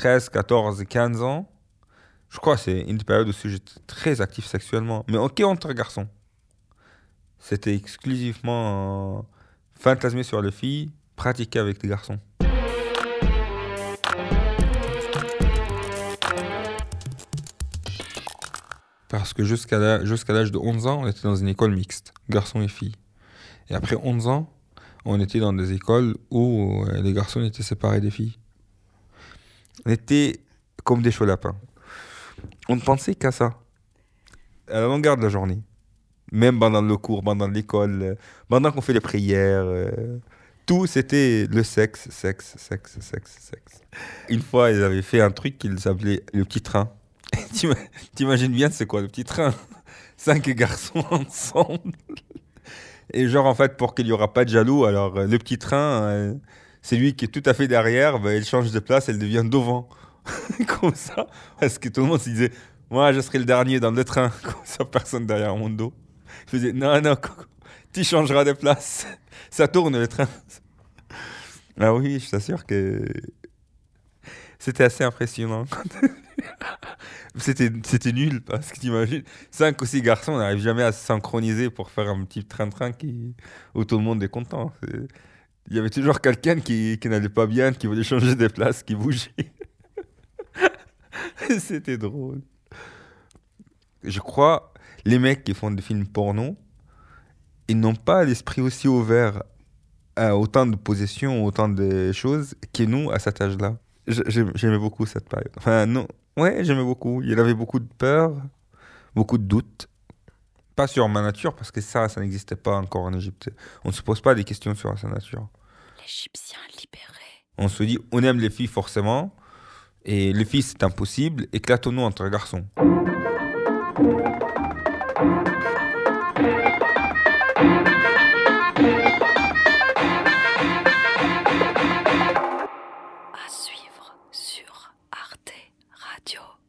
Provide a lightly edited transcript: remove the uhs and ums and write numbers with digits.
13, 14, 15 ans, je crois que c'est une période où j'étais très actif sexuellement. Mais ok, entre garçons. C'était exclusivement fantasmer sur les filles, pratiquer avec des garçons. Parce que jusqu'à l'âge de 11 ans, on était dans une école mixte, garçons et filles. Et après 11 ans, on était dans des écoles où les garçons étaient séparés des filles. On était comme des chauds lapins. On ne pensait qu'à ça. À la longueur de la journée. Même pendant le cours, pendant l'école, pendant qu'on fait les prières. Tout, c'était le sexe, sexe, sexe, sexe, sexe. Une fois, ils avaient fait un truc qu'ils appelaient le petit train. T'imagines bien, c'est quoi le petit train? 5 garçons ensemble. Et genre, en fait, pour qu'il n'y aura pas de jaloux, alors le petit train, c'est lui qui est tout à fait derrière, bah, il change de place, elle devient devant. Comme ça. Parce que tout le monde se disait, moi, je serai le dernier dans le train. Comme ça, personne derrière mon dos. Je faisais, non, non, tu changeras de place. Ça tourne le train. Ah oui, je t'assure que c'était assez impressionnant. C'était nul, parce que t'imagines, 5 ou 6 garçons, on n'arrive jamais à se synchroniser pour faire un petit train-train où tout le monde est content. Il y avait toujours quelqu'un qui n'allait pas bien, qui voulait changer de place, qui bougeait. C'était drôle. Je crois, les mecs qui font des films porno, ils n'ont pas l'esprit aussi ouvert à autant de possessions, autant de choses que nous à cet âge-là. J'aimais beaucoup cette période. Enfin, non. Ouais, j'aimais beaucoup. Il y avait beaucoup de peur, beaucoup de doutes. Pas sur ma nature, parce que ça n'existait pas encore en Égypte. On ne se pose pas des questions sur sa nature. L'Égyptien libéré. On se dit, on aime les filles forcément, et les filles c'est impossible, éclatons-nous entre garçons. À suivre sur Arte Radio.